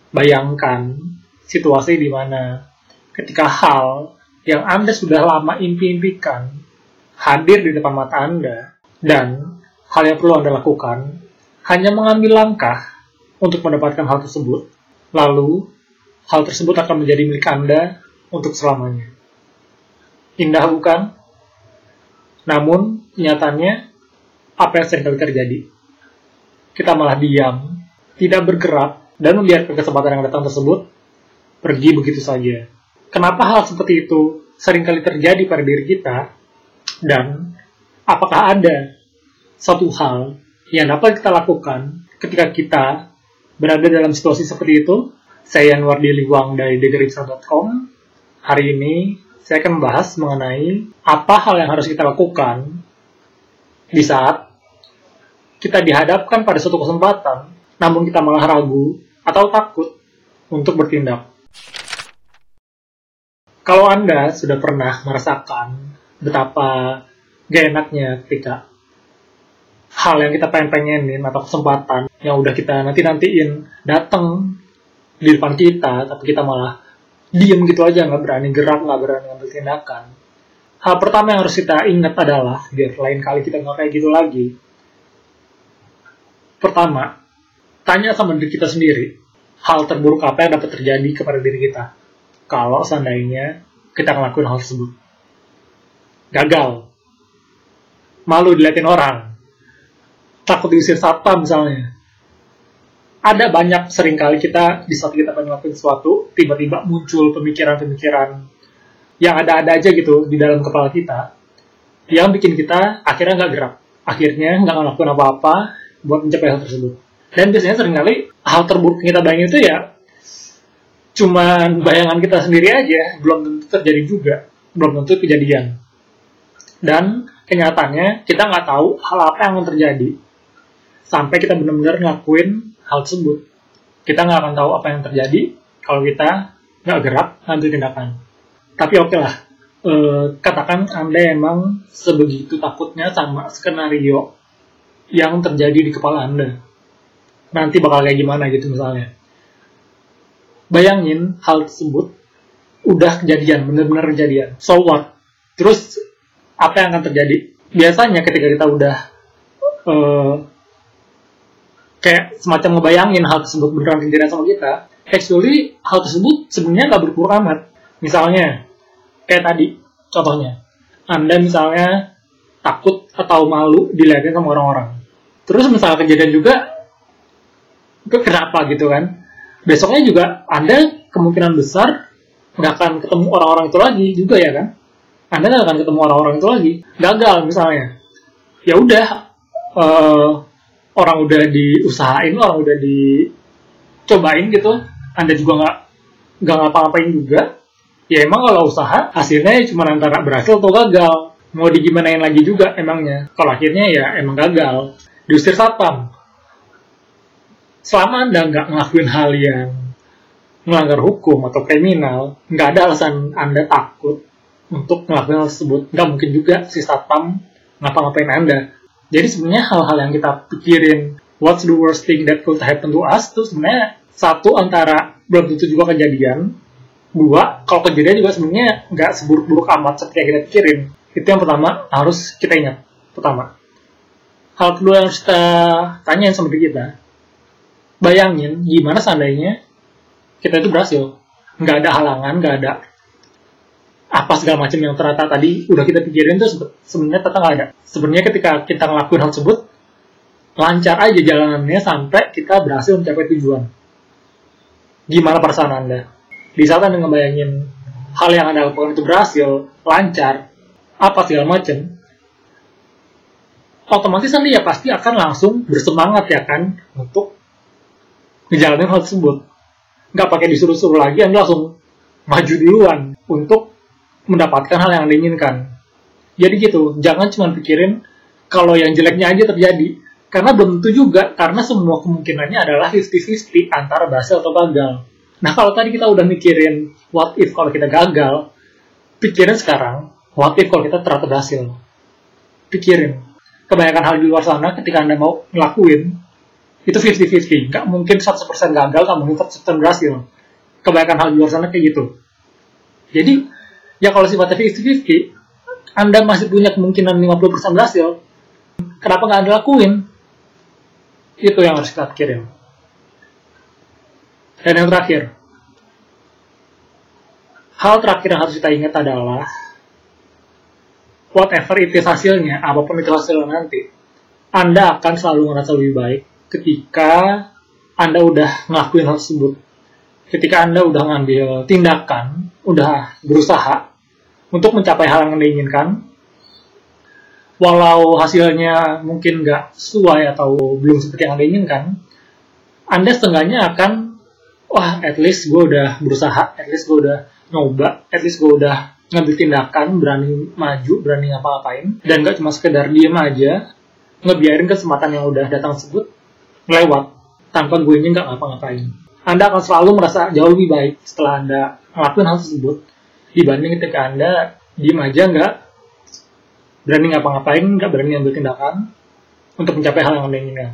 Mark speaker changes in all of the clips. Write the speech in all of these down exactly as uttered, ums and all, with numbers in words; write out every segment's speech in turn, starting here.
Speaker 1: Bayangkan situasi di mana ketika hal yang Anda sudah lama impi-impikan hadir di depan mata Anda, dan hal yang perlu Anda lakukan hanya mengambil langkah untuk mendapatkan hal tersebut, lalu hal tersebut akan menjadi milik Anda untuk selamanya. Indah bukan? Namun, kenyataannya, apa yang sering kali terjadi? Kita malah diam, tidak bergerak, dan membiarkan kesempatan yang datang tersebut pergi begitu saja. Kenapa hal seperti itu sering kali terjadi pada diri kita? Dan apakah ada satu hal yang dapat kita lakukan ketika kita berada dalam situasi seperti itu? Saya Yanwardi Liwang dari degeripsa dot com. Hari ini saya akan membahas mengenai apa hal yang harus kita lakukan di saat kita dihadapkan pada suatu kesempatan, namun kita malah ragu atau takut untuk bertindak. Kalau Anda sudah pernah merasakan betapa gak enaknya ketika hal yang kita pengen-pengenin atau kesempatan yang udah kita nanti-nantiin datang di depan kita, tapi kita malah diem gitu aja, nggak berani gerak, nggak berani ngambil tindakan. Hal pertama yang harus kita ingat adalah, biar lain kali kita nggak kayak gitu lagi. Pertama, tanya sama diri kita sendiri, hal terburuk apa yang dapat terjadi kepada diri kita kalau seandainya kita ngelakuin hal tersebut. Gagal, malu diliatin orang, takut diusir satpam misalnya. Ada banyak seringkali kita di saat kita pengen ngelakuin sesuatu, tiba-tiba muncul pemikiran-pemikiran yang ada-ada aja gitu di dalam kepala kita, yang bikin kita akhirnya nggak gerak, akhirnya nggak ngelakuin apa-apa buat mencapai hal tersebut. Dan biasanya seringkali hal terburuk yang kita bayangin itu ya cuman bayangan kita sendiri aja, belum tentu terjadi juga, belum tentu kejadian. Dan kenyataannya kita nggak tahu hal apa yang akan terjadi sampai kita benar-benar ngelakuin hal tersebut. Kita nggak akan tahu apa yang terjadi kalau kita nggak gerak ngambil tindakan. Tapi oke okay lah, e, katakan Anda emang sebegitu takutnya sama skenario yang terjadi di kepala Anda. Nanti bakal kayak gimana gitu misalnya. Bayangin hal tersebut udah kejadian, benar-benar kejadian. So what? Terus apa yang akan terjadi? Biasanya ketika kita udah e, kayak semacam ngebayangin hal tersebut beneran kejadian sama kita, actually hal tersebut sebenarnya nggak berkurang amat. Misalnya, kayak tadi contohnya, Anda misalnya takut atau malu dilihatin sama orang-orang. Terus misalnya kejadian juga, itu kenapa gitu kan? Besoknya juga Anda kemungkinan besar nggak akan ketemu orang-orang itu lagi juga ya kan? Anda nggak akan ketemu orang-orang itu lagi. Gagal misalnya, ya udah. Uh, orang udah diusahain, orang udah dicobain gitu, Anda juga nggak nggak ngapa-ngapain juga, ya emang kalau usaha hasilnya cuma antara berhasil atau gagal. Mau digimanain lagi juga emangnya, kalau akhirnya ya emang gagal, diusir satpam. Selama Anda nggak ngelakuin hal yang melanggar hukum atau kriminal, nggak ada alasan Anda takut untuk ngelakuin hal tersebut. Nggak mungkin juga si satpam ngapa-ngapain Anda. Jadi sebenarnya hal-hal yang kita pikirin, what's the worst thing that could happen to us, itu sebenarnya satu antara belum tentu juga kejadian, dua, kalau kejadian juga sebenarnya nggak seburuk-buruk amat seperti yang kita pikirin. Itu yang pertama harus kita ingat. Pertama. Hal kedua yang harus kita tanyain sama diri kita, bayangin gimana seandainya kita itu berhasil. Nggak ada halangan, nggak ada apa segala macam yang ternyata tadi udah kita pikirin tuh sebenarnya ternyata nggak ada. Sebenarnya ketika kita ngelakuin hal tersebut, lancar aja jalanannya sampai kita berhasil mencapai tujuan. Gimana perasaan Anda? Di saat Anda ngebayangin hal yang Anda lakukan itu berhasil, lancar, apa segala macam, otomatis Anda ya pasti akan langsung bersemangat ya kan untuk ngejalanin hal tersebut. Nggak pakai disuruh-suruh lagi, Anda langsung maju duluan untuk mendapatkan hal yang Anda inginkan. Jadi gitu, jangan cuma pikirin kalau yang jeleknya aja terjadi. Karena belum tentu juga, karena semua kemungkinannya adalah lima puluh lima puluh antara berhasil atau gagal. Nah kalau tadi kita udah mikirin what if kalau kita gagal, pikirin sekarang what if kalau kita ternyata berhasil. Pikirin. Kebanyakan hal di luar sana ketika Anda mau ngelakuin, itu lima puluh lima puluh. Nggak mungkin seratus persen gagal, nggak mungkin seratus persen berhasil. Kebanyakan hal di luar sana kayak gitu. Jadi, ya kalau sifatnya lima puluh lima puluh, Anda masih punya kemungkinan lima puluh persen berhasil. Kenapa nggak Anda lakuin? Itu yang harus kita pikirin. Dan yang terakhir, hal terakhir yang harus kita ingat adalah whatever itu hasilnya, apapun itu hasilnya nanti, Anda akan selalu merasa lebih baik ketika Anda udah ngelakuin hal tersebut. Ketika Anda udah ngambil tindakan, udah berusaha untuk mencapai hal yang Anda inginkan, walau hasilnya mungkin nggak sesuai atau belum seperti yang Anda inginkan, Anda setengahnya akan, wah, at least gue udah berusaha, at least gue udah nyoba, at least gue udah ngambil tindakan, berani maju, berani ngapa-ngapain, dan gak cuma sekedar diem aja, ngebiarin kesempatan yang udah datang tersebut lewat, tanpa gue nya gak ngapa-ngapain. Anda akan selalu merasa jauh lebih baik setelah Anda ngelakuin hal tersebut, dibanding ketika Anda diem aja, gak berani ngapa-ngapain, gak berani ngambil tindakan, untuk mencapai hal yang Anda inginkan.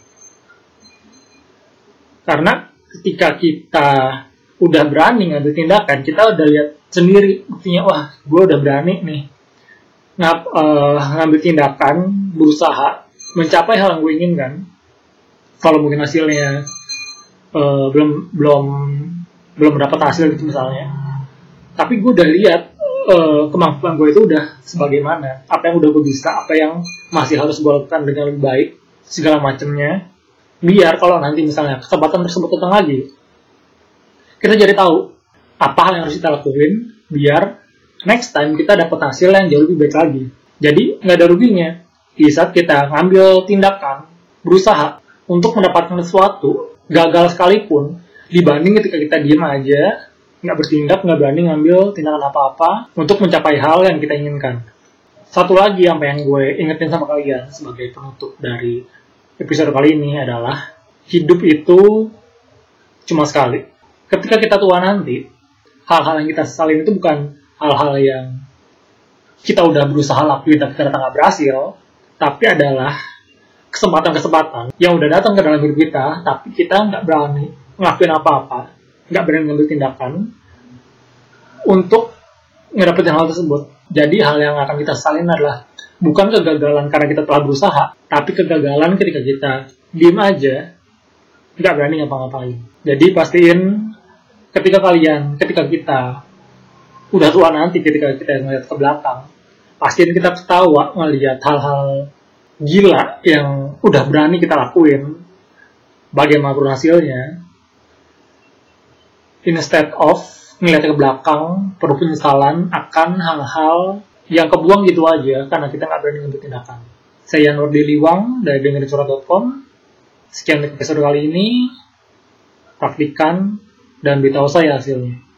Speaker 1: Karena ketika kita udah berani ngambil tindakan, kita udah lihat sendiri buktinya, wah, gue udah berani nih ngap, uh, ngambil tindakan, berusaha mencapai hal yang gue inginkan. Kalau mungkin hasilnya uh, belum belum belum mendapat hasil gitu misalnya, tapi gue udah lihat uh, kemampuan gue itu udah sebagaimana, apa yang udah gue bisa, apa yang masih harus gue lakukan dengan lebih baik, segala macamnya, biar kalau nanti misalnya kesempatan tersebut datang lagi, kita jadi tahu apa hal yang harus kita lakuin biar next time kita dapat hasil yang jauh lebih baik lagi. Jadi nggak ada ruginya di saat kita ngambil tindakan, berusaha untuk mendapatkan sesuatu, gagal sekalipun, dibanding ketika kita diam aja, nggak bertindak, nggak berani ngambil tindakan apa-apa untuk mencapai hal yang kita inginkan. Satu lagi yang pengen gue ingetin sama kalian sebagai penutup dari episode kali ini adalah hidup itu cuma sekali. Ketika kita tua nanti, hal-hal yang kita sesalin itu bukan hal-hal yang kita udah berusaha lakuin tapi ternyata nggak berhasil, tapi adalah kesempatan-kesempatan yang udah datang ke dalam hidup kita, tapi kita nggak berani ngelakuin apa-apa, nggak berani ngambil tindakan untuk ngedapetin hal tersebut. Jadi hal yang akan kita sesalin adalah bukan kegagalan karena kita telah berusaha, tapi kegagalan ketika kita diem aja, nggak berani ngapa-ngapain. Jadi pastiin ketika kalian, ketika kita udah tua nanti, ketika kita ngeliat ke belakang, pastiin kita ketawa ngeliat hal-hal gila yang udah berani kita lakuin, bagaimanapun hasilnya, instead of ngeliat ke belakang, penuh penyesalan akan hal-hal yang kebuang gitu aja karena kita nggak berani ngambil tindakan. Saya Nur Diliwang dari dengerin suara dot com. Sekian episode kali ini. Praktikan dan beritahu saya hasilnya.